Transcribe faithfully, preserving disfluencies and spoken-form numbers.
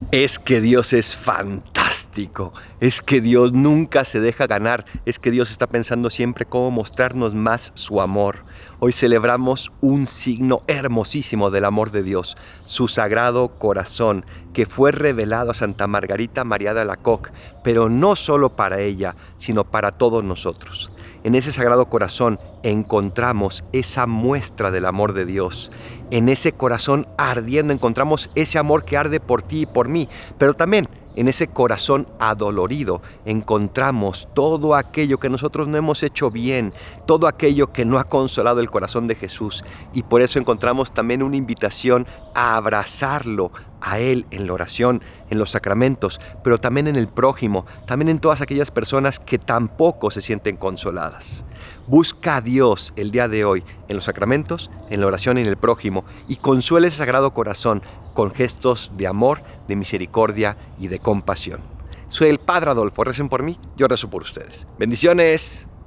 Es que Dios es fantástico, es que Dios nunca se deja ganar, es que Dios está pensando siempre cómo mostrarnos más su amor. Hoy celebramos un signo hermosísimo del amor de Dios, su Sagrado Corazón, que fue revelado a Santa Margarita María de Alacoque, pero no solo para ella, sino para todos nosotros. En ese Sagrado Corazón encontramos esa muestra del amor de Dios. En ese corazón ardiendo encontramos ese amor que arde por ti y por mí, pero también en ese corazón adolorido encontramos todo aquello que nosotros no hemos hecho bien, todo aquello que no ha consolado el corazón de Jesús, y por eso encontramos también una invitación a abrazarlo a Él en la oración, en los sacramentos, pero también en el prójimo, también en todas aquellas personas que tampoco se sienten consoladas. Busca a Dios el día de hoy en los sacramentos, en la oración y en el prójimo, y consuela ese Sagrado Corazón con gestos de amor, de misericordia y de compasión. Soy el Padre Adolfo, recen por mí, yo rezo por ustedes. ¡Bendiciones!